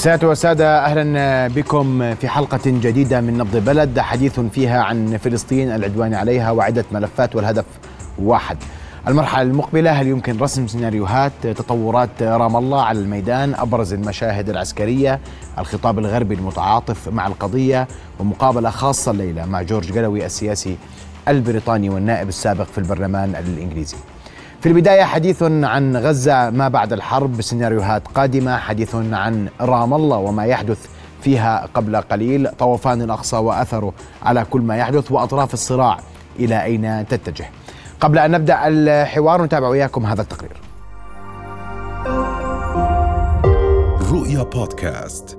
سادة وسادة، أهلا بكم في حلقة جديدة من نبض البلد، حديث فيها عن فلسطين، العدوان عليها وعدة ملفات، والهدف واحد: المرحلة المقبلة. هل يمكن رسم سيناريوهات تطورات رام الله على الميدان؟ أبرز المشاهد العسكرية، الخطاب الغربي المتعاطف مع القضية، ومقابلة خاصة الليلة مع جورج قلوي السياسي البريطاني والنائب السابق في البرلمان الإنجليزي. في البداية حديث عن غزة ما بعد الحرب بسيناريوهات قادمة، حديث عن رام الله وما يحدث فيها قبل قليل، طوفان الأقصى وأثره على كل ما يحدث، وأطراف الصراع إلى أين تتجه. قبل أن نبدأ الحوار نتابع وياكم هذا التقرير. رؤيا بودكاست.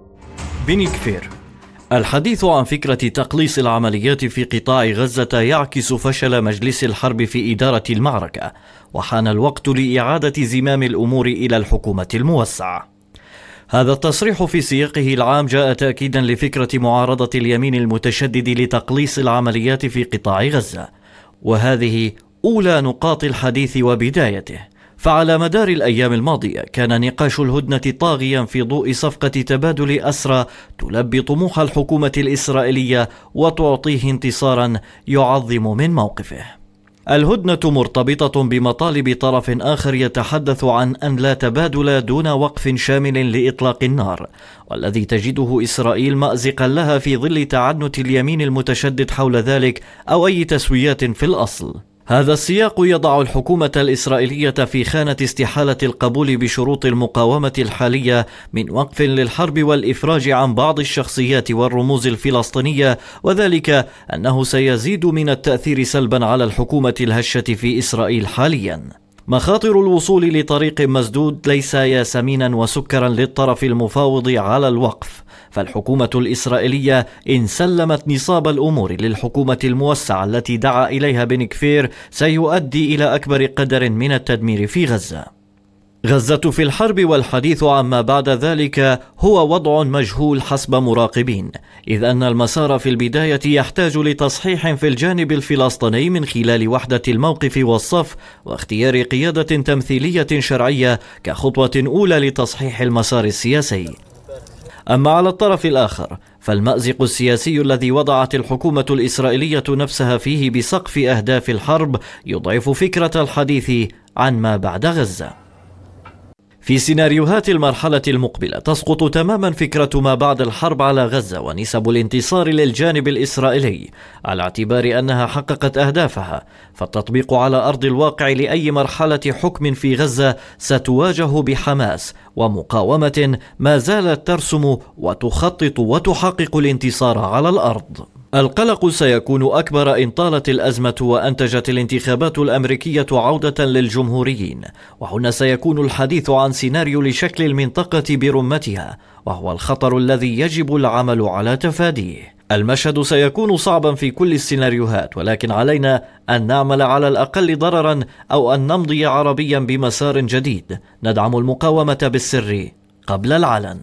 بن كفير: الحديث عن فكرة تقليص العمليات في قطاع غزة يعكس فشل مجلس الحرب في إدارة المعركة، وحان الوقت لإعادة زمام الأمور إلى الحكومة الموسعة. هذا التصريح في سياقه العام جاء تأكيدا لفكرة معارضة اليمين المتشدد لتقليص العمليات في قطاع غزة، وهذه أولى نقاط الحديث وبدايته. فعلى مدار الأيام الماضية كان نقاش الهدنة طاغيا في ضوء صفقة تبادل أسرى تلبي طموح الحكومة الإسرائيلية وتعطيه انتصارا يعظم من موقفه. الهدنة مرتبطة بمطالب طرف آخر يتحدث عن أن لا تبادل دون وقف شامل لإطلاق النار، والذي تجده إسرائيل مأزقا لها في ظل تعنت اليمين المتشدد حول ذلك أو أي تسويات في الأصل. هذا السياق يضع الحكومة الإسرائيلية في خانة استحالة القبول بشروط المقاومة الحالية من وقف للحرب والإفراج عن بعض الشخصيات والرموز الفلسطينية، وذلك أنه سيزيد من التأثير سلبا على الحكومة الهشة في إسرائيل حاليا. مخاطر الوصول لطريق مسدود ليس ياسمينا وسكرا للطرف المفاوض على الوقف، فالحكومة الإسرائيلية إن سلمت نصاب الأمور للحكومة الموسعة التي دعا إليها بن كفير سيؤدي إلى أكبر قدر من التدمير في غزة. غزة في الحرب والحديث عما بعد ذلك هو وضع مجهول حسب مراقبين، إذ أن المسار في البداية يحتاج لتصحيح في الجانب الفلسطيني من خلال وحدة الموقف والصف واختيار قيادة تمثيلية شرعية كخطوة أولى لتصحيح المسار السياسي. أما على الطرف الآخر فالمأزق السياسي الذي وضعت الحكومة الإسرائيلية نفسها فيه بسقف أهداف الحرب يضعف فكرة الحديث عن ما بعد غزة. في سيناريوهات المرحلة المقبلة تسقط تماما فكرة ما بعد الحرب على غزة ونسب الانتصار للجانب الإسرائيلي، على اعتبار أنها حققت أهدافها، فالتطبيق على أرض الواقع لأي مرحلة حكم في غزة ستواجه بحماس ومقاومة ما زالت ترسم وتخطط وتحقق الانتصار على الأرض. القلق سيكون أكبر إن طالت الأزمة وأنتجت الانتخابات الأمريكية عودة للجمهوريين، وهنا سيكون الحديث عن سيناريو لشكل المنطقة برمتها، وهو الخطر الذي يجب العمل على تفاديه. المشهد سيكون صعبا في كل السيناريوهات، ولكن علينا أن نعمل على الأقل ضررا أو أن نمضي عربيا بمسار جديد، ندعم المقاومة بالسر قبل العلن.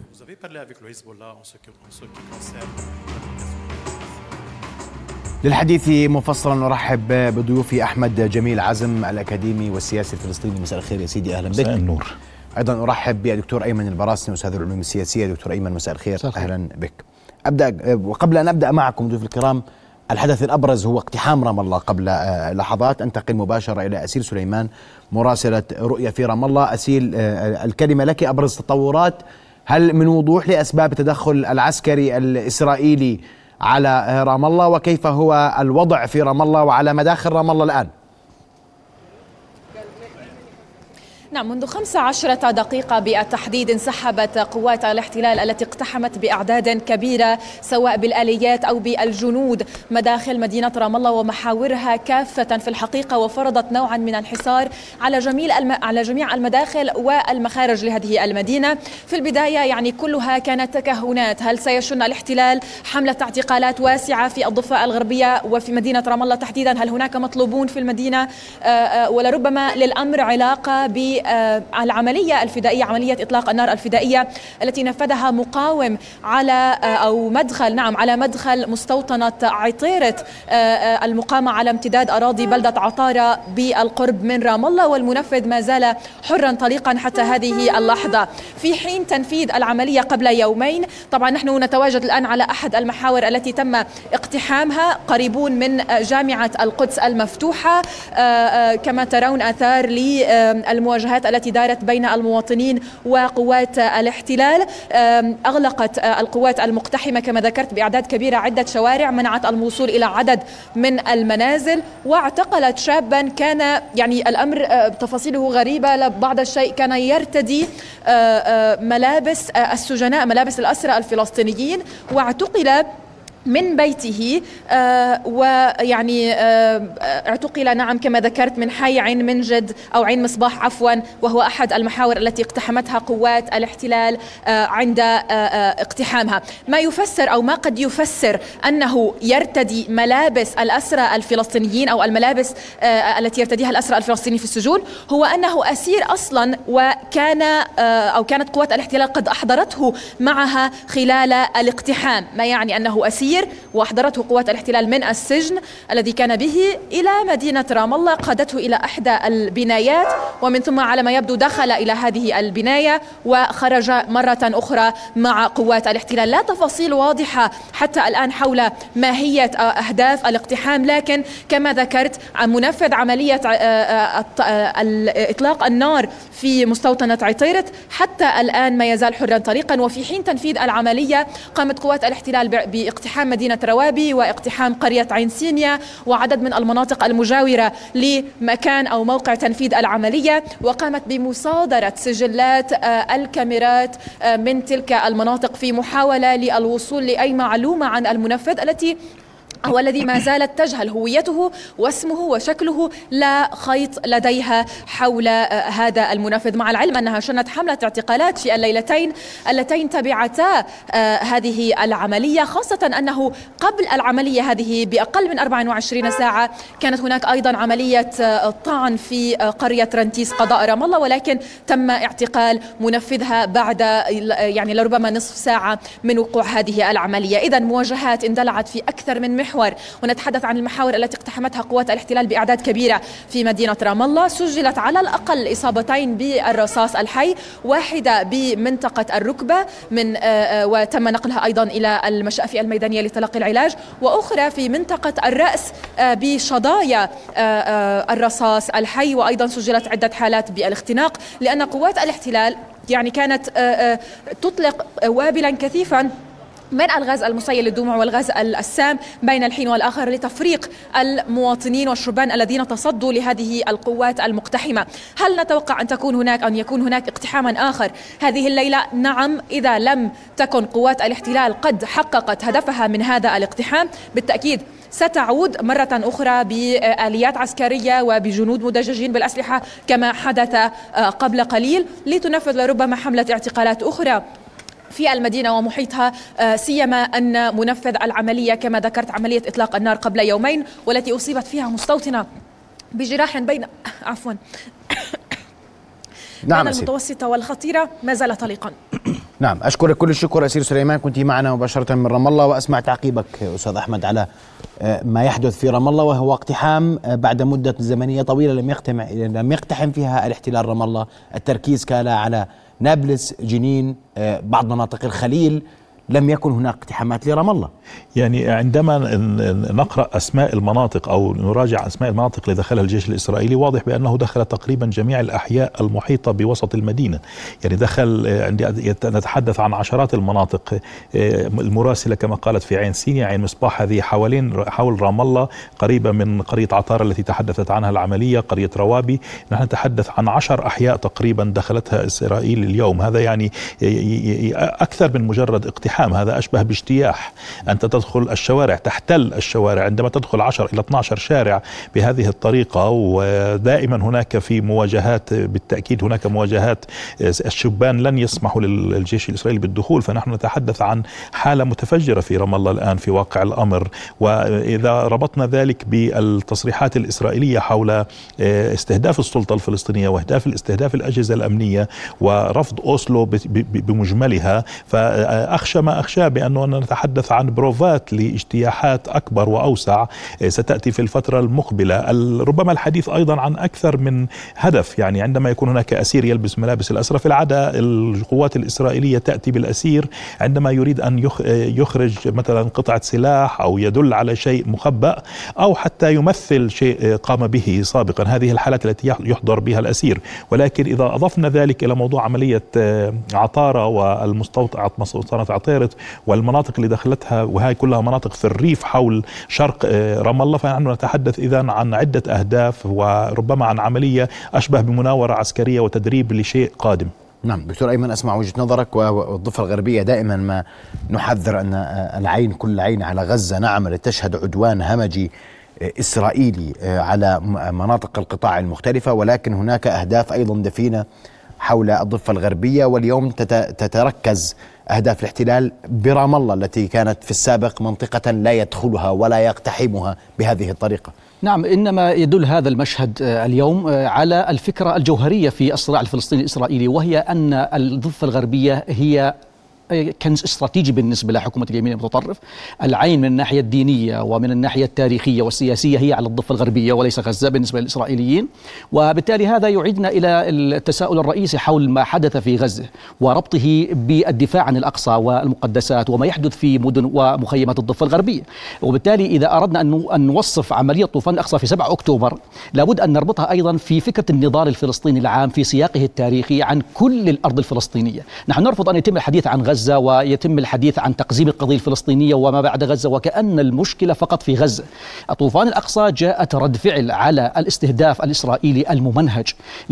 للحديث مفصلا نرحب بضيوفي أحمد جميل عزم الأكاديمي والسياسي الفلسطيني. مساء الخير يا سيدي، أهلا بك. النور. أيضا أرحب بالدكتور أيمن البراسني أستاذ العلوم السياسية. دكتور أيمن مساء الخير، أهلا بك. أبدأ، وقبل أن أبدأ معكم ضيوف الكرام، الحدث الأبرز هو اقتحام رام الله قبل لحظات. أنتقل مباشرة إلى أسيل سليمان مراسلة رؤية في رام الله. أسيل، الكلمة لك. أبرز تطورات، هل من وضوح لأسباب التدخل العسكري الإسرائيلي على رام الله، وكيف هو الوضع في رام الله وعلى مداخل رام الله الآن؟ نعم، منذ 15 دقيقة بالتحديد انسحبت قوات الاحتلال التي اقتحمت بأعداد كبيرة سواء بالآليات أو بالجنود مداخل مدينة رام الله ومحاورها كافة في الحقيقة، وفرضت نوعا من الحصار على جميع المداخل والمخارج لهذه المدينة. في البداية يعني كلها كانت تكهنات، هل سيشن الاحتلال حملة اعتقالات واسعة في الضفة الغربية وفي مدينة رام الله تحديدا؟ هل هناك مطلوبون في المدينة؟ ولربما للأمر علاقة ب بالعملية الفدائية، عملية إطلاق النار الفدائية التي نفذها مقاوم على على مدخل مستوطنة عطيرة المقامة على امتداد أراضي بلدة عطارة بالقرب من رام الله، والمنفذ ما زال حرا طليقا حتى هذه اللحظة. في حين تنفيذ العملية قبل يومين، طبعا نحن نتواجد الآن على أحد المحاور التي تم اقتحامها قريبون من جامعة القدس المفتوحة. كما ترون آثار للمواجهات التي دارت بين المواطنين وقوات الاحتلال. أغلقت القوات المقتحمة كما ذكرت بأعداد كبيرة عدة شوارع، منعت الوصول إلى عدد من المنازل، واعتقلت شابا كان الأمر تفاصيله غريبة بعض الشيء، كان يرتدي ملابس السجناء، ملابس الأسرى الفلسطينيين، واعتقل من بيته. اعتقل نعم كما ذكرت من حي عين منجد أو عين مصباح عفوا، وهو أحد المحاور التي اقتحمتها قوات الاحتلال عند اقتحامها. ما يفسر أو ما قد يفسر أنه يرتدي ملابس الأسرى الفلسطينيين أو الملابس التي يرتديها الأسرى الفلسطينيين في السجون، هو أنه أسير أصلا، وكان أو كانت قوات الاحتلال قد أحضرته معها خلال الاقتحام، ما يعني أنه أسير وأحضرته قوات الاحتلال من السجن الذي كان به إلى مدينة رام الله، قادته إلى إحدى البنايات، ومن ثم على ما يبدو دخل إلى هذه البناية وخرج مرة أخرى مع قوات الاحتلال. لا تفاصيل واضحة حتى الآن حول ماهية أهداف الاقتحام، لكن كما ذكرت منفذ عملية إطلاق النار في مستوطنة عطيرة حتى الآن ما يزال حرا طريقا. وفي حين تنفيذ العملية قامت قوات الاحتلال باقتحام مدينة روابي واقتحام قرية عين سينيا وعدد من المناطق المجاورة لمكان أو موقع تنفيذ العملية، وقامت بمصادرة سجلات الكاميرات من تلك المناطق في محاولة للوصول لأي معلومة عن المنفذ الذي ما زالت تجهل هويته واسمه وشكله، لا خيط لديها حول هذا المنفذ، مع العلم أنها شنت حملة اعتقالات في الليلتين اللتين تبعتا هذه العملية، خاصة أنه قبل العملية هذه بأقل من 24 ساعة كانت هناك أيضا عملية طعن في قرية رنتيس قضاء رام الله، ولكن تم اعتقال منفذها بعد لربما نصف ساعة من وقوع هذه العملية. إذن مواجهات اندلعت في أكثر من محور، ونتحدث عن المحاور التي اقتحمتها قوات الاحتلال بأعداد كبيرة في مدينة رام الله. سجلت على الأقل إصابتين بالرصاص الحي، واحدة بمنطقة الركبة وتم نقلها أيضا إلى المشافي الميدانية لتلقي العلاج، وأخرى في منطقة الرأس بشظايا الرصاص الحي، وأيضا سجلت عدة حالات بالاختناق، لأن قوات الاحتلال كانت تطلق وابلا كثيفا من الغاز المسيل للدموع والغاز السام بين الحين والآخر لتفريق المواطنين والشربان الذين تصدوا لهذه القوات المقتحمة. هل نتوقع أن يكون هناك اقتحاما آخر هذه الليلة؟ نعم، إذا لم تكن قوات الاحتلال قد حققت هدفها من هذا الاقتحام بالتأكيد ستعود مرة أخرى بآليات عسكرية وبجنود مدججين بالأسلحة كما حدث قبل قليل، لتنفذ لربما حملة اعتقالات أخرى في المدينة ومحيطها، سيما أن منفذ العملية كما ذكرت عملية إطلاق النار قبل يومين والتي أصيبت فيها مستوطنة بجراح بين المتوسطة والخطيرة ما زال طليقا. نعم، أشكرك كل الشكر أسير سليمان، كنت معنا مباشرة من رام الله، وأسمع تعقيبك أستاذ أحمد على ما يحدث في رام الله، وهو اقتحام بعد مدة زمنية طويلة لم يقتحم فيها الاحتلال رام الله. التركيز كان على نابلس، جنين، بعض مناطق الخليل، لم يكن هناك اقتحامات لرام الله. عندما نقرأ أسماء المناطق أو نراجع أسماء المناطق اللي دخلها الجيش الإسرائيلي، واضح بأنه دخل تقريبا جميع الأحياء المحيطة بوسط المدينة. دخل نتحدث عن عشرات المناطق المراسلة كما قالت في عين سينيا، عين مصباح، هذه حول رام الله قريبة من قرية عطارة التي تحدثت عنها العملية، قرية روابي. نحن نتحدث عن 10 أحياء تقريبا دخلتها إسرائيل اليوم. هذا أكثر من مجرد اقتحام اقتحام، هذا أشبه باجتياح. أنت تدخل الشوارع، تحتل الشوارع، عندما تدخل 10 إلى 12 شارع بهذه الطريقة. ودائما هناك في مواجهات، بالتأكيد هناك مواجهات، الشبان لن يسمحوا للجيش الإسرائيلي بالدخول. فنحن نتحدث عن حالة متفجرة في رام الله الآن في واقع الأمر. وإذا ربطنا ذلك بالتصريحات الإسرائيلية حول استهداف السلطة الفلسطينية واستهداف الأجهزة الأمنية ورفض أوسلو بمجملها، فأخشى ما أخشى بأنه نتحدث عن بروفات لاجتياحات أكبر وأوسع ستأتي في الفترة المقبلة. ربما الحديث أيضا عن أكثر من هدف. يعني عندما يكون هناك أسير يلبس ملابس الأسرى، في العادة القوات الإسرائيلية تأتي بالأسير عندما يريد أن يخرج مثلا قطعة سلاح أو يدل على شيء مخبأ أو حتى يمثل شيء قام به سابقا. هذه الحالات التي يحضر بها الأسير. ولكن إذا أضفنا ذلك إلى موضوع عملية عطارة والمستوطنة عطيرت والمناطق اللي دخلتها، وهي كلها مناطق في الريف حول شرق رام الله، فنحن نتحدث إذن عن عدة أهداف وربما عن عملية أشبه بمناورة عسكرية وتدريب لشيء قادم. نعم دكتور أيمن، أسمع وجهة نظرك. والضفة الغربية دائما ما نحذر أن العين كل عين على غزة. نعم تشهد عدوان همجي إسرائيلي على مناطق القطاع المختلفة، ولكن هناك أهداف أيضا دفينة حول الضفة الغربية. واليوم تتركز أهداف الاحتلال برام الله التي كانت في السابق منطقة لا يدخلها ولا يقتحمها بهذه الطريقة. نعم، إنما يدل هذا المشهد اليوم على الفكرة الجوهرية في الصراع الفلسطيني الإسرائيلي، وهي أن الضفة الغربية هي كنز استراتيجي بالنسبة لحكومة اليمين المتطرف. العين من الناحية الدينية ومن الناحية التاريخية والسياسية هي على الضفة الغربية وليس غزة بالنسبة للإسرائيليين. وبالتالي هذا يعيدنا إلى التساؤل الرئيسي حول ما حدث في غزة وربطه بالدفاع عن الأقصى والمقدسات وما يحدث في مدن ومخيمات الضفة الغربية. وبالتالي إذا أردنا أن نوصف عملية طوفان الأقصى في 7 أكتوبر لابد أن نربطها أيضا في فكرة النضال الفلسطيني العام في سياقه التاريخي عن كل الأرض الفلسطينية. نحن نرفض أن يتم الحديث عن غزة ويتم الحديث عن تقزيم القضية الفلسطينية وما بعد غزة وكأن المشكلة فقط في غزة. طوفان الأقصى جاءت رد فعل على الاستهداف الإسرائيلي الممنهج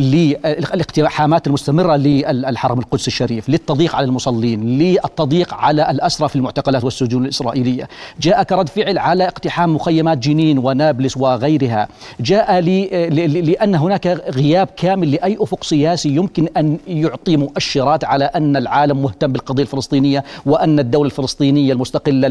للاقتحامات المستمرة للحرم القدس الشريف، للتضييق على المصلين، للتضييق على الأسرى في المعتقلات والسجون الإسرائيلية. جاء كرد فعل على اقتحام مخيمات جنين ونابلس وغيرها. جاء لأن هناك غياب كامل لأي أفق سياسي يمكن أن يعطي مؤشرات على أن العالم مهتم بالقضية الفلسطينية وأن الدولة الفلسطينية المستقلة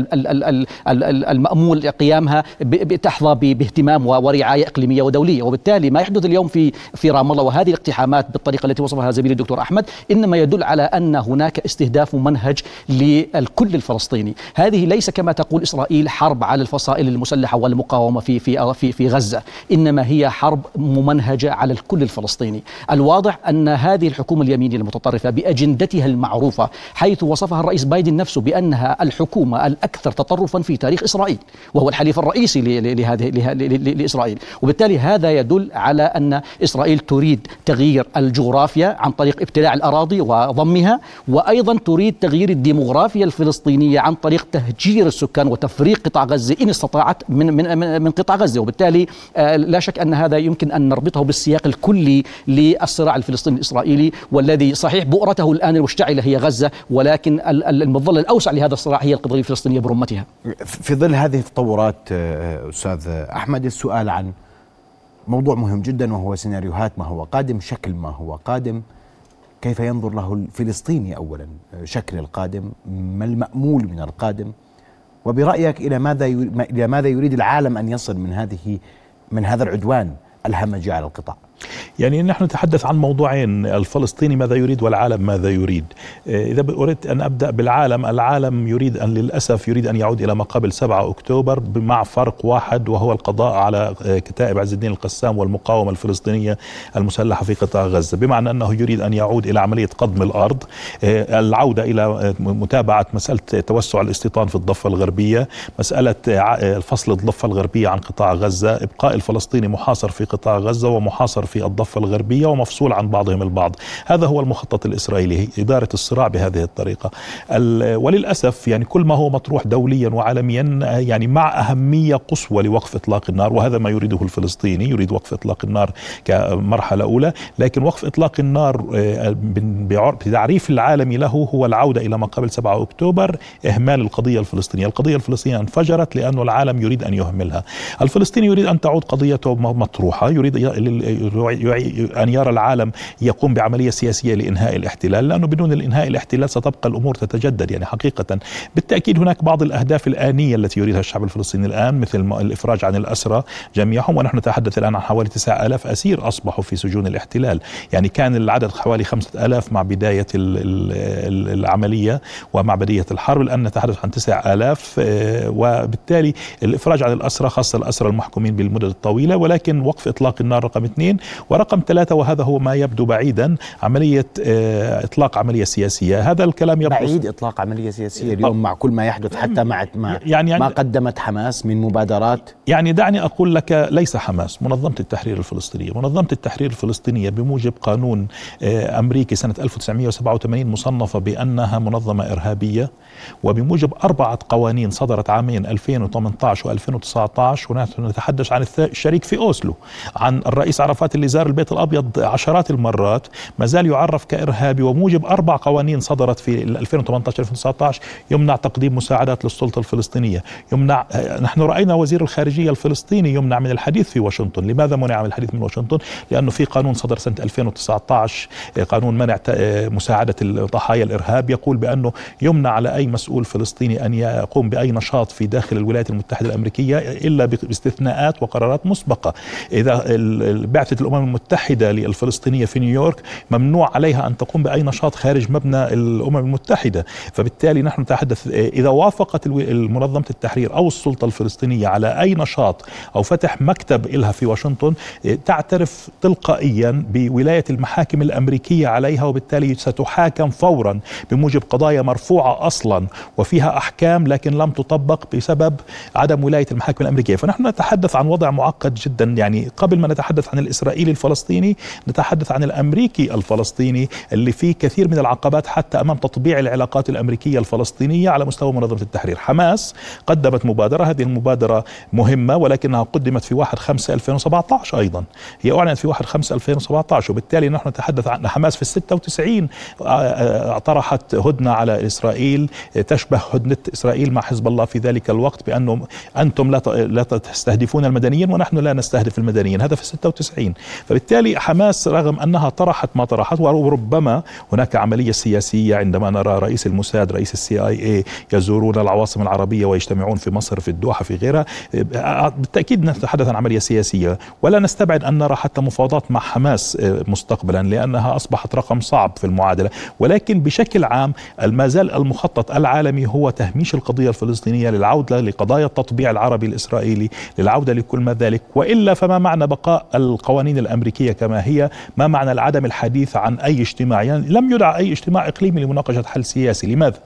المأمول قيامها تحظى باهتمام ورعاية إقليمية ودولية. وبالتالي ما يحدث اليوم في رام الله وهذه الاقتحامات بالطريقة التي وصفها زميلي الدكتور أحمد إنما يدل على أن هناك استهداف ممنهج للكل الفلسطيني. هذه ليس كما تقول إسرائيل حرب على الفصائل المسلحة والمقاومة في غزة، إنما هي حرب ممنهجة على الكل الفلسطيني. الواضح أن هذه الحكومة اليمينية المتطرفة بأجندتها المعروفة، حيث وصفها الرئيس بايدن نفسه بأنها الحكومة الأكثر تطرفا في تاريخ إسرائيل، وهو الحليف الرئيسي لإسرائيل. وبالتالي هذا يدل على أن إسرائيل تريد تغيير الجغرافيا عن طريق ابتلاع الأراضي وضمها، وأيضا تريد تغيير الديموغرافيا الفلسطينية عن طريق تهجير السكان وتفريق قطاع غزة إن استطاعت من قطاع غزة. وبالتالي لا شك أن هذا يمكن أن نربطه بالسياق الكلي للصراع الفلسطيني الإسرائيلي، والذي صحيح بؤرته الآن المشتعلة هي غزة، ولكن المظلة الأوسع لهذا الصراع هي القضية الفلسطينية برمتها. في ظل هذه التطورات أستاذ أحمد، السؤال عن موضوع مهم جدا وهو سيناريوهات ما هو قادم، شكل ما هو قادم، كيف ينظر له الفلسطيني أولا شكل القادم، ما المأمول من القادم، وبرأيك إلى ماذا يريد العالم أن يصل من هذا العدوان الهمجي على القطاع؟ يعني نحن نتحدث عن موضوعين، الفلسطيني ماذا يريد والعالم ماذا يريد. إذا أردت أن أبدأ بالعالم، العالم يريد أن للأسف يريد أن يعود إلى ما قبل 7 أكتوبر مع فرق واحد، وهو القضاء على كتائب عز الدين القسام والمقاومة الفلسطينية المسلحة في قطاع غزة، بمعنى أنه يريد أن يعود إلى عملية قضم الأرض، العودة إلى متابعة مسألة توسع الاستيطان في الضفة الغربية، مسألة فصل الضفة الغربية عن قطاع غزة، إبقاء الفلسطيني محاصر في قطاع غزة ومحاصر في الضفة الغربية ومفصول عن بعضهم البعض. هذا هو المخطط الإسرائيلي، إدارة الصراع بهذه الطريقة. وللأسف يعني كل ما هو مطروح دوليا وعالميا يعني مع أهمية قصوى لوقف إطلاق النار، وهذا ما يريده الفلسطيني، يريد وقف إطلاق النار كمرحلة أولى، لكن وقف إطلاق النار بتعريف العالمي له هو العودة إلى ما قبل 7 أكتوبر، إهمال القضية الفلسطينية. القضية الفلسطينية انفجرت لأن العالم يريد أن يهملها. الفلسطيني يريد أن تعود قضيته مطروحة، يريد أن يرى العالم يقوم بعملية سياسية لإنهاء الاحتلال، لأنه بدون الإنهاء الاحتلال ستبقى الأمور تتجدد. يعني حقيقة بالتأكيد هناك بعض الأهداف الآنية التي يريدها الشعب الفلسطيني الآن، مثل الإفراج عن الأسرى جميعهم، ونحن نتحدث الآن عن حوالي 9000 أسير أصبحوا في سجون الاحتلال. يعني كان العدد حوالي 5000 مع بداية العملية ومع بداية الحرب، الآن نتحدث عن 9000. وبالتالي الإفراج عن الأسرى، خاصة الأسرى المحكومين بالمدد الطويلة، ولكن وقف إطلاق النار رقم 2. ورقم 3 وهذا هو ما يبدو بعيدا، عملية إطلاق عملية سياسية. هذا الكلام يبدو بعيد إطلاق عملية سياسية اليوم مع كل ما يحدث، حتى مع ما قدمت حماس من مبادرات. يعني دعني أقول لك، ليس حماس، منظمة التحرير الفلسطينية. منظمة التحرير الفلسطينية بموجب قانون أمريكي سنة 1987 مصنفة بأنها منظمة إرهابية، وبموجب 4 قوانين صدرت عامين 2018 و2019. ونحن نتحدث عن الشريك في أوسلو، عن الرئيس عرفات اللي زار البيت الأبيض عشرات المرات، ما زال يعرف كإرهابي. وموجب 4 قوانين صدرت في 2018-2019 يمنع تقديم مساعدات للسلطة الفلسطينية، يمنع. نحن رأينا وزير الخارجية الفلسطيني يمنع من الحديث في واشنطن. لماذا منع من الحديث من واشنطن؟ لأنه في قانون صدر سنة 2019، قانون منع مساعدة ضحايا الإرهاب، يقول بأنه يمنع على أي مسؤول فلسطيني أن يقوم بأي نشاط في داخل الولايات المتحدة الأمريكية إلا باستثناءات وقرارات مسبقة. إذا بعثة الأمم المتحدة للفلسطينية في نيويورك ممنوع عليها أن تقوم بأي نشاط خارج مبنى الأمم المتحدة. فبالتالي نحن نتحدث، إذا وافقت المنظمة التحرير أو السلطة الفلسطينية على أي نشاط أو فتح مكتب إلها في واشنطن، تعترف تلقائيا بولاية المحاكم الأمريكية عليها، وبالتالي ستحاكم فورا بموجب قضايا مرفوعة أصلا وفيها أحكام لكن لم تطبق بسبب عدم ولاية المحاكم الأمريكية. فنحن نتحدث عن وضع معقد جدا. يعني قبل ما نتحدث عن الإسرائيلي الفلسطيني نتحدث عن الأمريكي الفلسطيني، اللي فيه كثير من العقبات حتى أمام تطبيع العلاقات الأمريكية الفلسطينية على مستوى منظمة التحرير. حماس قدمت مبادرة، هذه المبادرة مهمة، ولكنها قدمت في 1/5/2017 أيضا، هي أعلنت في 1/5/2017. وبالتالي نحن نتحدث عن حماس في 96 طرحت هدنة على إسرائيل تشبه هدنة إسرائيل مع حزب الله في ذلك الوقت، بأنه أنتم لا تستهدفون المدنيين ونحن لا نستهدف المدنيين. هذا في 96. فبالتالي حماس رغم أنها طرحت ما طرحت، وربما هناك عملية سياسية عندما نرى رئيس الموساد، رئيس CIA يزورون العواصم العربية ويجتمعون في مصر، في الدوحة، في غيرها، بالتأكيد نتحدث عن عملية سياسية. ولا نستبعد أن نرى حتى مفاوضات مع حماس مستقبلا، لأنها أصبحت رقم صعب في المعادلة. ولكن بشكل عام ما زال المخطط العالمي هو تهميش القضية الفلسطينية، للعودة لقضايا التطبيع العربي الإسرائيلي، للعودة لكل ما ذلك. وإلا فما معنى بقاء القوانين الأمريكية كما هي؟ ما معنى عدم الحديث عن أي اجتماع؟ يعني لم يدع أي اجتماع إقليمي لمناقشة حل سياسي. لماذا؟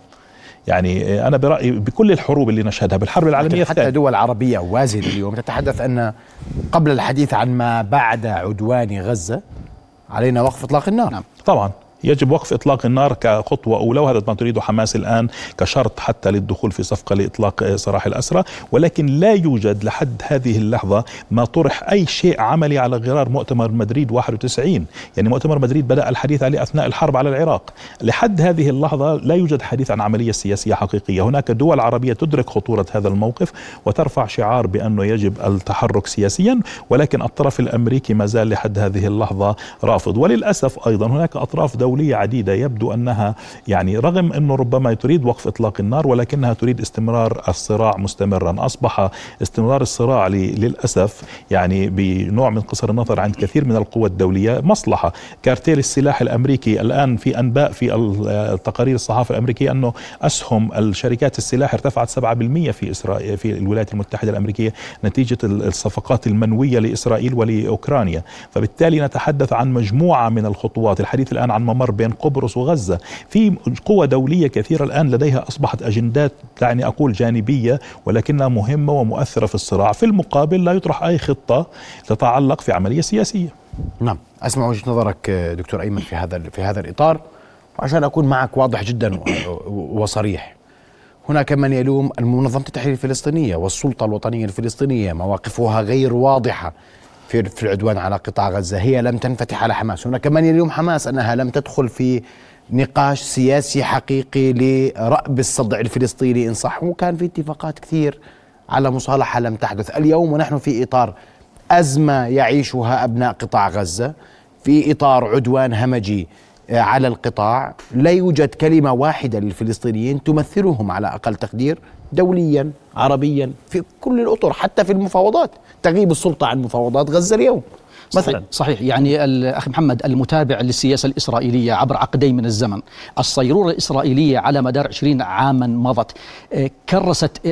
يعني أنا برأيي بكل الحروب اللي نشهدها بالحرب العالمية الثانية، حتى دول عربية وازنة اليوم تتحدث أن قبل الحديث عن ما بعد عدوان غزة علينا وقف إطلاق النار. نعم. طبعا يجب وقف إطلاق النار كخطوة أولى، وهذا ما تريده حماس الآن كشرط حتى للدخول في صفقة لإطلاق سراح الأسرى. ولكن لا يوجد لحد هذه اللحظة ما طرح أي شيء عملي على غرار مؤتمر مدريد 91. يعني مؤتمر مدريد بدأ الحديث عليه أثناء الحرب على العراق. لحد هذه اللحظة لا يوجد حديث عن عملية سياسية حقيقية. هناك دول عربية تدرك خطورة هذا الموقف وترفع شعار بأنه يجب التحرك سياسيا، ولكن الطرف الأمريكي ما زال لحد هذه اللحظة رافض. وللأسف أيضا هناك أطراف دولية عديدة يبدو أنها يعني رغم أنه ربما تريد وقف إطلاق النار، ولكنها تريد استمرار الصراع مستمرا. أصبح استمرار الصراع للأسف يعني بنوع من قصر النظر عند كثير من القوى الدولية مصلحة. كارتيل السلاح الأمريكي الآن في أنباء في التقارير الصحافة الأمريكية أنه أسهم الشركات السلاح ارتفعت 7% في إسرائيل في الولايات المتحدة الأمريكية نتيجة الصفقات المنوية لإسرائيل ولأوكرانيا. فبالتالي نتحدث عن مجموعة من الخطوات. الحديث الآن عن ممر بين قبرص وغزة. في قوى دولية كثيرة الآن لديها أصبحت أجندات يعني أقول جانبية ولكنها مهمة ومؤثرة في الصراع. في المقابل لا يطرح أي خطة تتعلق في عملية سياسية. نعم، أسمع وجهة نظرك دكتور أيمن في هذا الإطار، وعشان أكون معك واضح جدا وصريح. هناك من يلوم المنظمة التحرير الفلسطينية والسلطة الوطنية الفلسطينية، مواقفها غير واضحة في العدوان على قطاع غزة، هي لم تنفتح على حماس. هناك من يلوم حماس أنها لم تدخل في نقاش سياسي حقيقي لرأب الصدع الفلسطيني إن صح، وكان في اتفاقات كثير على مصالحة لم تحدث. اليوم ونحن في إطار أزمة يعيشها أبناء قطاع غزة، في إطار عدوان همجي على القطاع، لا يوجد كلمة واحدة للفلسطينيين تمثلهم على أقل تقدير دوليا عربيا في كل الأطر، حتى في المفاوضات. تغيب السلطة عن مفاوضات غزة اليوم مثلا. صحيح. يعني الأخ محمد، المتابع للسياسة الإسرائيلية عبر عقدين من الزمن، الصيرورة الإسرائيلية على مدار 20 عاما مضت كرست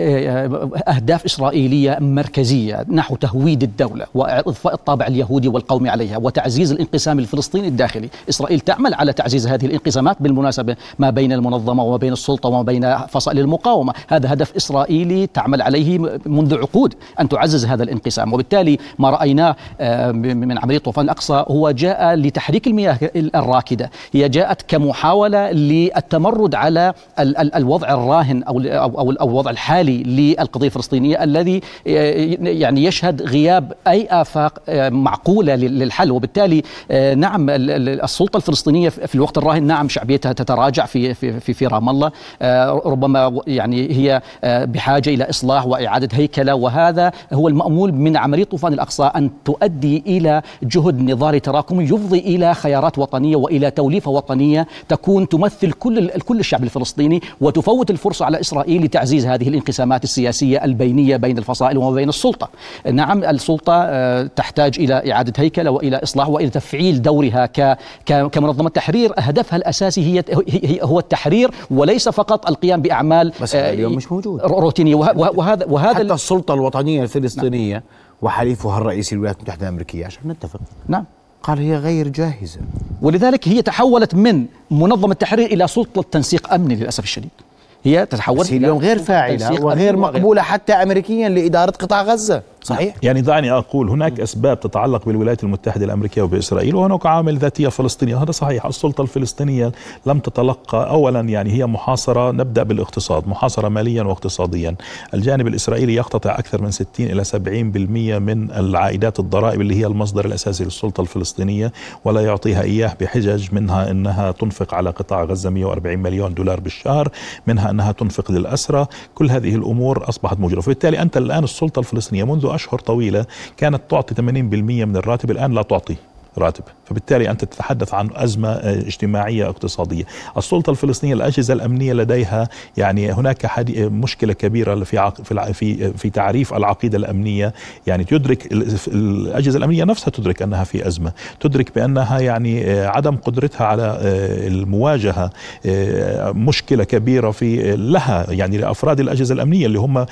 أهداف إسرائيلية مركزية نحو تهويد الدولة وإضفاء الطابع اليهودي والقومي عليها وتعزيز الانقسام الفلسطيني الداخلي. إسرائيل تعمل على تعزيز هذه الانقسامات بالمناسبة ما بين المنظمة وما بين السلطة وما بين فصائل المقاومة. هذا هدف إسرائيلي تعمل عليه منذ عقود، أن تعزز هذا الانقسام. وبالتالي ما رأيناه من عملية طوفان الأقصى هو جاء لتحريك المياه الراكدة، هي جاءت كمحاولة للتمرد على الوضع الراهن أو الوضع الحالي للقضية الفلسطينية الذي يعني يشهد غياب أي آفاق معقولة للحل. وبالتالي نعم السلطة الفلسطينية في الوقت الراهن نعم شعبيتها تتراجع في رام الله، ربما يعني هي بحاجة إلى إصلاح وإعادة هيكلة، وهذا هو المأمول من عملية طوفان الأقصى، أن تؤدي إلى جهد نضالي تراكمي يفضي إلى خيارات وطنية وإلى توليفة وطنية تكون تمثل كل الشعب الفلسطيني، وتفوت الفرصة على إسرائيل لتعزيز هذه الانقسامات السياسية البينية بين الفصائل وما بين السلطة. نعم السلطة تحتاج إلى إعادة هيكلة وإلى إصلاح وإلى تفعيل دورها كمنظمة تحرير. هدفها الأساسي هو التحرير وليس فقط القيام بأعمال بس اليوم مش موجود روتينية. وهذا حتى السلطة الوطنية الفلسطينية نعم. وحليفها الرئيسي الولايات المتحدة الأمريكية، عشان نتفق، نعم قال هي غير جاهزة، ولذلك هي تحولت من منظمة التحرير إلى سلطة تنسيق أمني للأسف الشديد. هي تتحول اليوم غير فاعلة وغير مقبولة حتى أمريكيا لإدارة قطاع غزة. صحيح. يعني دعني أقول هناك أسباب تتعلق بالولايات المتحدة الأمريكية وبإسرائيل، وهناك عامل ذاتية فلسطينية، هذا صحيح. السلطة الفلسطينية لم تتلقى، أولا يعني هي محاصرة، نبدأ بالاقتصاد، محاصرة ماليا واقتصاديا. الجانب الإسرائيلي يقتطع أكثر من 60 إلى 70% من العائدات الضرائب اللي هي المصدر الأساسي للسلطة الفلسطينية، ولا يعطيها إياه بحجج منها أنها تنفق على قطاع غزة 140 مليون دولار بالشهر، منها أنها تنفق للأسرى. كل هذه الأمور أصبحت موجودة. فبالتالي أنت الآن السلطة الفلسطينية منذ أشهر طويلة كانت تعطي 80% من الراتب، الآن لا تعطي راتب. فبالتالي أنت تتحدث عن أزمة اجتماعية اقتصادية. السلطة الفلسطينية الأجهزة الأمنية لديها يعني هناك مشكلة كبيرة في تعريف العقيدة الأمنية. يعني تدرك الأجهزة الأمنية نفسها تدرك أنها في أزمة، تدرك بأنها يعني عدم قدرتها على المواجهة مشكلة كبيرة في لها يعني لأفراد الأجهزة الأمنية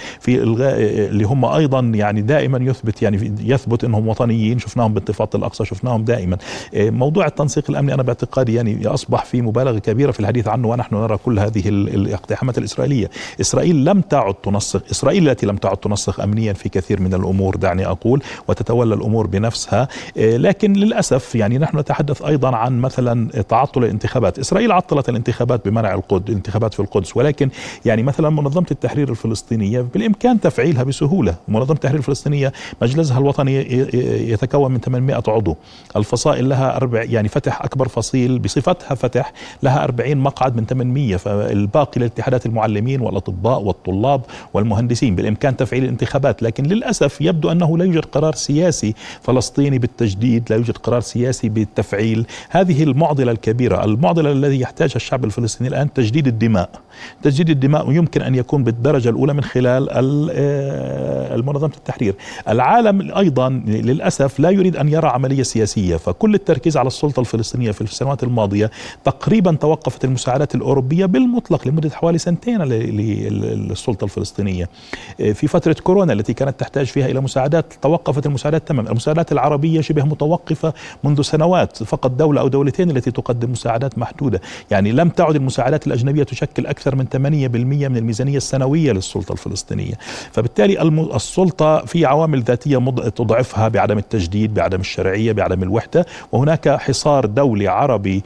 اللي هم أيضا يعني دائما يثبت أنهم وطنيين. شفناهم بانتفاضة الأقصى، شفناهم دائما. موضوع التنسيق الأمني أنا باعتقادي يعني أصبح في مبالغة كبيرة في الحديث عنه، ونحن نرى كل هذه الاقتحامات الإسرائيلية. إسرائيل لم تعد تنسق، إسرائيل التي لم تعد تنسق أمنيا في كثير من الأمور دعني أقول، وتتولى الأمور بنفسها. لكن للأسف يعني نحن نتحدث أيضا عن مثلا تعطل الانتخابات. إسرائيل عطلت الانتخابات بمنع الانتخابات في القدس، ولكن يعني مثلا منظمة التحرير الفلسطينية بالإمكان تفعيلها بسهولة. منظمة التحرير الفلسطينية مجلسها الوطني يتكون من 800 عضو، الفصائل لها يعني فتح أكبر فصيل بصفتها فتح لها 40 مقعد من 800، فالباقي لاتحادات المعلمين والأطباء والطلاب والمهندسين. بالإمكان تفعيل الانتخابات، لكن للأسف يبدو أنه لا يوجد قرار سياسي فلسطيني بالتجديد، لا يوجد قرار سياسي بالتفعيل. هذه المعضلة الكبيرة، المعضلة الذي يحتاجها الشعب الفلسطيني الآن تجديد الدماء. تجديد الدماء يمكن أن يكون بالدرجة الأولى من خلال المنظمة التحرير. العالم أيضا للأسف لا يريد أن يرى عملية سياسية، فكل التركيز على السلطة الفلسطينية في السنوات الماضية. تقريبا توقفت المساعدات الأوروبية بالمطلق لمدة حوالي 2 للسلطة الفلسطينية. في فترة كورونا التي كانت تحتاج فيها إلى مساعدات توقفت المساعدات تماما. المساعدات العربية شبه متوقفة منذ سنوات، فقط دولة أو دولتين التي تقدم مساعدات محدودة. يعني لم تعد المساعدات الأجنبية تشكل أكثر أكثر من 8% من الميزانية السنوية للسلطة الفلسطينية. فبالتالي السلطة في عوامل ذاتية تضعفها بعدم التجديد، بعدم الشرعية، بعدم الوحدة، وهناك حصار دولي عربي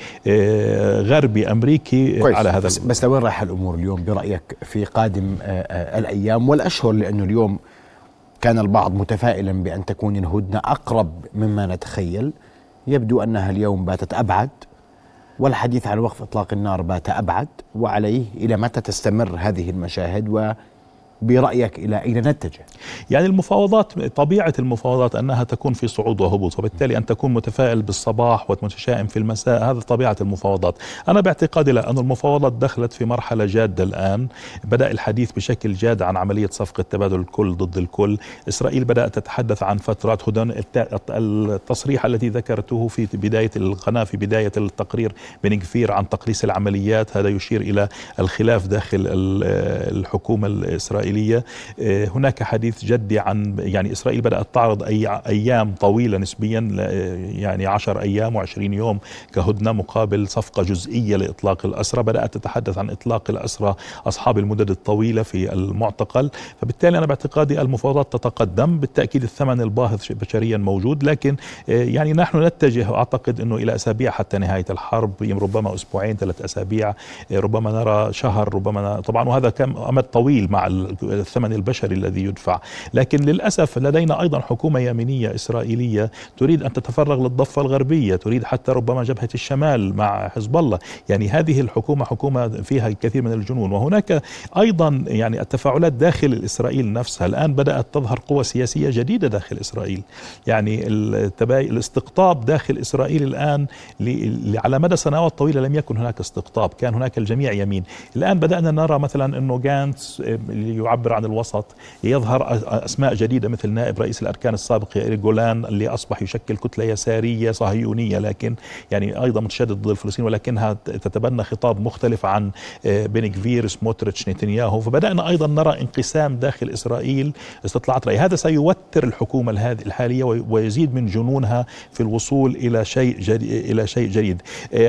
غربي أمريكي كويس. على هذا. بس لوين رايحة الأمور اليوم برأيك في قادم الأيام والأشهر؟ لأنه اليوم كان البعض متفائلا بأن تكون الهدنة أقرب مما نتخيل، يبدو أنها اليوم باتت أبعد، والحديث عن وقف إطلاق النار بات أبعد، وعليه إلى متى تستمر هذه المشاهد برأيك إلى أين نتجه؟ يعني المفاوضات، طبيعة المفاوضات أنها تكون في صعود وهبوط، وبالتالي أن تكون متفائل بالصباح ومتشائم في المساء، هذا طبيعة المفاوضات. أنا باعتقادي أن المفاوضات دخلت في مرحلة جادة الآن، بدأ الحديث بشكل جاد عن عملية صفقة تبادل الكل ضد الكل. إسرائيل بدأت تتحدث عن فترات هدنة. التصريح الذي ذكرته في بداية القناة في بداية التقرير بن غفير عن تقليص العمليات، هذا يشير إلى الخلاف داخل الحكومة الإسرائيلية. هناك حديث جدي عن يعني إسرائيل بدأت تعرض أيام طويلة نسبيا، يعني 10 أيام و20 يوم كهدنة مقابل صفقة جزئية لإطلاق الأسرى. بدأت تتحدث عن إطلاق الأسرى أصحاب المدد الطويلة في المعتقل. فبالتالي أنا باعتقادي المفاوضات تتقدم، بالتأكيد الثمن الباهظ بشريا موجود، لكن يعني نحن نتجه أعتقد أنه إلى أسابيع حتى نهاية الحرب، ربما أسبوعين 3 أسابيع، ربما نرى شهر، ربما طبعا، وهذا كم أمد طويل مع الثمن البشري الذي يدفع. لكن للأسف لدينا أيضا حكومة يمينية إسرائيلية تريد أن تتفرغ للضفة الغربية، تريد حتى ربما جبهة الشمال مع حزب الله. يعني هذه الحكومة حكومة فيها الكثير من الجنون. وهناك أيضا يعني التفاعلات داخل إسرائيل نفسها، الآن بدأت تظهر قوى سياسية جديدة داخل إسرائيل. يعني الاستقطاب داخل إسرائيل الآن على مدى سنوات طويلة لم يكن هناك استقطاب، كان هناك الجميع يمين. الآن بدأنا نرى مثلا أنه جانتس اللي يعبر عن الوسط، يظهر أسماء جديدة مثل نائب رئيس الأركان السابق يائير جولان اللي أصبح يشكل كتلة يسارية صهيونية، لكن يعني أيضا متشدد ضد الفلسطينيين، ولكنها تتبنى خطاب مختلف عن بن غفير، سموتريتش، نتنياهو. فبدأنا أيضا نرى انقسام داخل إسرائيل، استطلاعات رأي. هذا سيوتر الحكومة الحالية ويزيد من جنونها في الوصول إلى شيء جديد.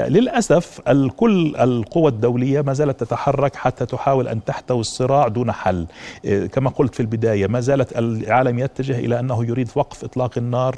للأسف كل القوى الدولية ما زالت تتحرك حتى تحاول أن تحتوي الصراع دون حل. كما قلت في البداية، ما زالت العالم يتجه إلى أنه يريد وقف إطلاق النار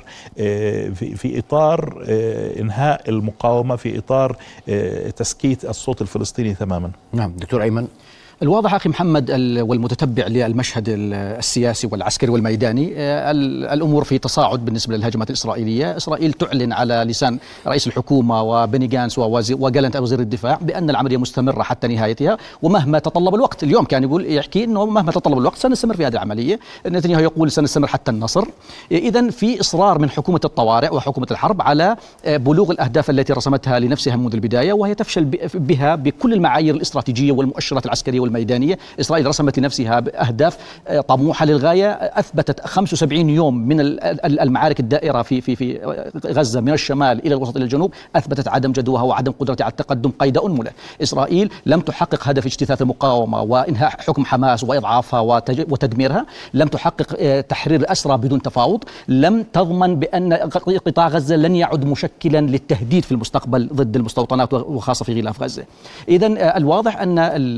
في إطار إنهاء المقاومة، في إطار تسكيت الصوت الفلسطيني تماما. نعم دكتور أيمن. الواضح أخي محمد والمتتبع للمشهد السياسي والعسكري والميداني، الأمور في تصاعد بالنسبة للهجمات الإسرائيلية. إسرائيل تعلن على لسان رئيس الحكومة وبني جانس وجالنت وزير الدفاع بأن العملية مستمرة حتى نهايتها ومهما تطلب الوقت. اليوم كان يحكي أنه مهما تطلب الوقت سنستمر في هذه العملية. نتنياهو يقول سنستمر حتى النصر. إذن في إصرار من حكومة الطوارئ وحكومة الحرب على بلوغ الأهداف التي رسمتها لنفسها منذ البداية، وهي تفشل بها بكل المعايير الاستراتيجية والمؤشرات العسكرية والميدانية. إسرائيل رسمت لنفسها أهداف طموحة للغاية، أثبتت 75 يوم من المعارك الدائرة في غزة من الشمال إلى الوسط إلى الجنوب، أثبتت عدم جدواها وعدم قدرتها على التقدم قيد أنملة. إسرائيل لم تحقق هدف اجتثاث المقاومة وإنهاء حكم حماس وإضعافها وتدميرها، لم تحقق تحرير الأسرى بدون تفاوض، لم تضمن بأن قطاع غزة لن يعد مشكلا للتهديد في المستقبل ضد المستوطنات وخاصة في غلاف غزة. إذن الواضح أن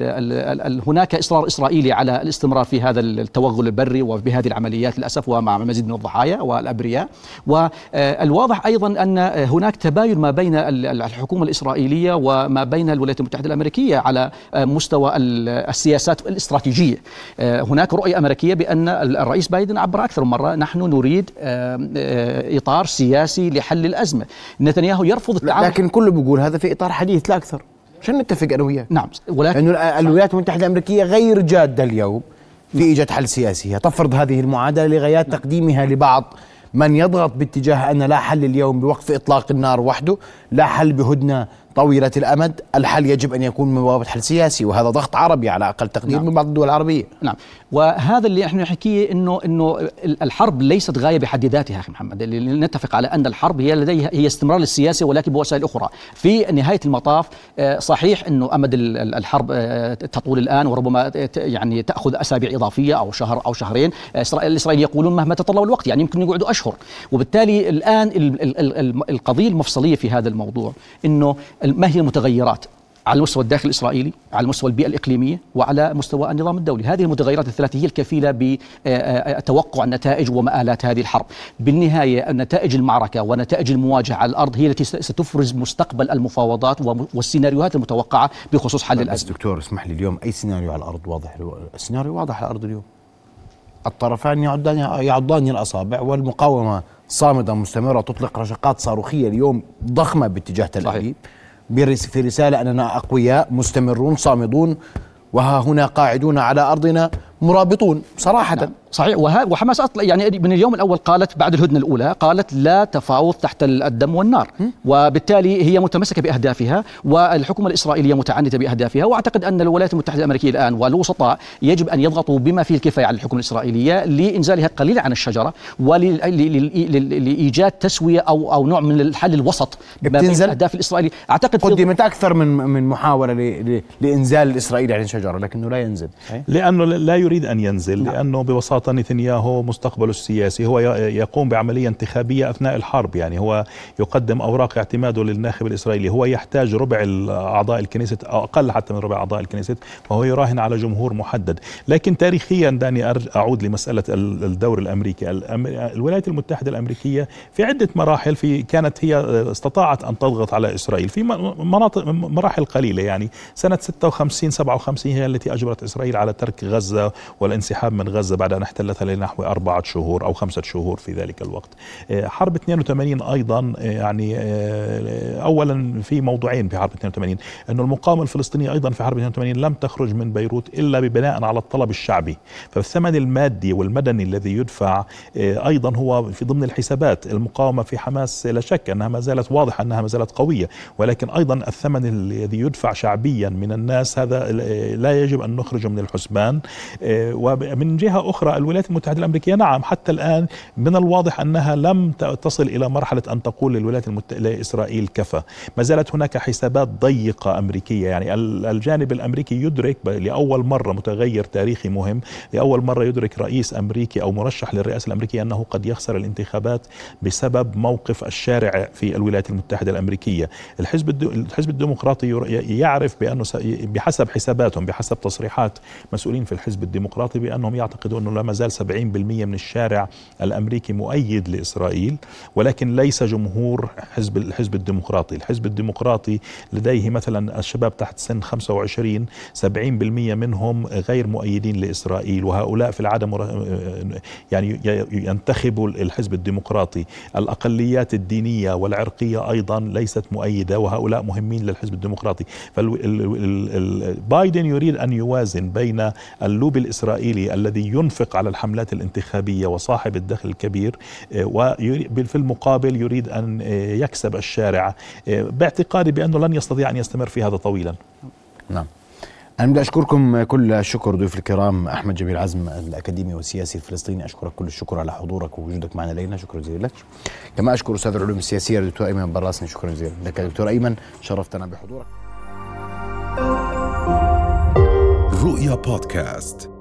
هناك إصرار إسرائيلي على الاستمرار في هذا التوغل البري وبهذه العمليات للأسف، ومع مزيد من الضحايا والأبرياء. والواضح أيضا أن هناك تباين ما بين الحكومة الإسرائيلية وما بين الولايات المتحدة الأمريكية على مستوى السياسات الاستراتيجية. هناك رؤية أمريكية بأن الرئيس بايدن عبر أكثر من مرة نحن نريد إطار سياسي لحل الأزمة. نتنياهو يرفض التعاون، لكن كله بيقول هذا في إطار حديث لا أكثر. عشان نتفق أنا وياك. نعم، ولكن الولايات المتحدة الأمريكية غير جادة اليوم في إيجاد حل سياسي. هي تفرض هذه المعادلة لغايات تقديمها لبعض من يضغط باتجاه أن لا حل اليوم بوقف إطلاق النار وحده، لا حل بهدنة طويلة الأمد، الحل يجب أن يكون من بوابة حل سياسي، وهذا ضغط عربي على أقل تقدير من بعض الدول العربية. نعم، وهذا اللي نحن نحكيه إنه الحرب ليست غاية بحد ذاتها أخي محمد. اللي نتفق على أن الحرب هي استمرار للسياسة ولكن بوسائل أخرى. في نهاية المطاف صحيح إنه أمد الحرب تطول الآن وربما يعني تأخذ أسابيع إضافية أو شهر أو شهرين. الإسرائيليين يقولون مهما تطلب الوقت، يعني يمكن يقعدوا أشهر. وبالتالي الآن القضية المفصلية في هذا الموضوع إنه ما هي المتغيرات على مستوى الداخل الإسرائيلي، على مستوى البيئة الإقليمية، وعلى مستوى النظام الدولي. هذه المتغيرات الثلاثة هي الكفيلة بتوقع نتائج ومآلات هذه الحرب. بالنهاية نتائج المعركة ونتائج المواجهة على الأرض هي التي ستفرز مستقبل المفاوضات والسيناريوهات المتوقعة بخصوص حل الأزمة. بس دكتور اسمح لي، اليوم أي سيناريو على الأرض واضح؟ السيناريو واضح على الأرض اليوم، الطرفان يعضان الأصابع، والمقاومة صامدة مستمرة، تطلق رشقات صاروخية اليوم ضخمة باتجاه تل أبيب في رسالة أننا أقوياء مستمرون صامدون، وها هنا قاعدون على أرضنا مرابطون صراحة. نعم. صحيح. وحماس يعني من اليوم الأول قالت بعد الهدنة الأولى قالت لا تفاوض تحت الدم والنار، وبالتالي هي متمسكة بأهدافها، والحكومة الإسرائيلية متعنتة بأهدافها. وأعتقد أن الولايات المتحدة الأمريكية الآن والوسطاء يجب أن يضغطوا بما فيه الكفاية على الحكومة الإسرائيلية لإنزالها قليلا عن الشجرة ولإيجاد تسوية أو نوع من الحل الوسط بين الأهداف الإسرائيلية. أعتقد قدمت أكثر من محاولة لإنزال الإسرائيلي عن الشجرة، لكنه لا ينزل، لأنه لا يريد أن ينزل. لأنه ببساطة نتنياهو مستقبله السياسي هو يقوم بعملية انتخابية أثناء الحرب، يعني هو يقدم أوراق اعتماده للناخب الإسرائيلي، هو يحتاج ربع أعضاء الكنيست أو أقل حتى من ربع أعضاء الكنيست، وهو يراهن على جمهور محدد. لكن تاريخيا دعني أعود لمسألة الدور الأمريكي. الولايات المتحدة الأمريكية في عدة مراحل كانت هي استطاعت أن تضغط على إسرائيل في مراحل قليلة، يعني سنة 56 57 هي التي أجبرت إسرائيل على ترك غزة والانسحاب من غزة بعد أن احتلتها لنحو 4 شهور أو 5 شهور في ذلك الوقت. حرب 82 أيضا، يعني أولا في موضوعين في حرب 82، أن المقاومة الفلسطينية أيضا في حرب 82 لم تخرج من بيروت إلا ببناء على الطلب الشعبي، فالثمن المادي والمدني الذي يدفع أيضا هو في ضمن الحسابات. المقاومة في حماس لا شك أنها ما زالت واضحة أنها ما زالت قوية، ولكن أيضا الثمن الذي يدفع شعبيا من الناس هذا لا يجب أن نخرجه من الحسبان. ومن جهة أخرى الولايات المتحدة الأمريكية نعم حتى الآن من الواضح أنها لم تصل إلى مرحلة أن تقول للولايات المتحدة لإسرائيل كفى. ما زالت هناك حسابات ضيقة أمريكية، يعني الجانب الأمريكي يدرك لأول مرة متغير تاريخي مهم، لأول مرة يدرك رئيس أمريكي أو مرشح للرئاسة الأمريكية أنه قد يخسر الانتخابات بسبب موقف الشارع في الولايات المتحدة الأمريكية. الحزب الديمقراطي يعرف بأنه بحسب حساباتهم، بحسب تصريحات مسؤولين في الحزب الديمقراطي، بأنهم يعتقدون أنه لا مازال 70% من الشارع الأمريكي مؤيد لإسرائيل، ولكن ليس جمهور الحزب الديمقراطي. الحزب الديمقراطي لديه مثلا الشباب تحت سن 25 70% منهم غير مؤيدين لإسرائيل، وهؤلاء في العادة يعني ينتخبوا الحزب الديمقراطي. الأقليات الدينية والعرقية أيضا ليست مؤيدة، وهؤلاء مهمين للحزب الديمقراطي. بايدن يريد أن يوازن بين اللوبي الإسرائيلي الذي ينفق على الحملات الانتخابية وصاحب الدخل الكبير، وفي المقابل يريد أن يكسب الشارع، باعتقادي بأنه لن يستطيع أن يستمر في هذا طويلا. نعم. أنا بدي أشكركم كل الشكر ضيوف الكرام، أحمد جبير عزم الأكاديمي والسياسي الفلسطيني، أشكرك كل الشكر على حضورك ووجودك معنا لينا، شكرا جزيلا لك. كما أشكر أستاذ العلوم السياسية الدكتور أيمن براسني، شكرا جزيلا لك دكتور أيمن، شرفتنا بحضورك. رؤيا بودكاست.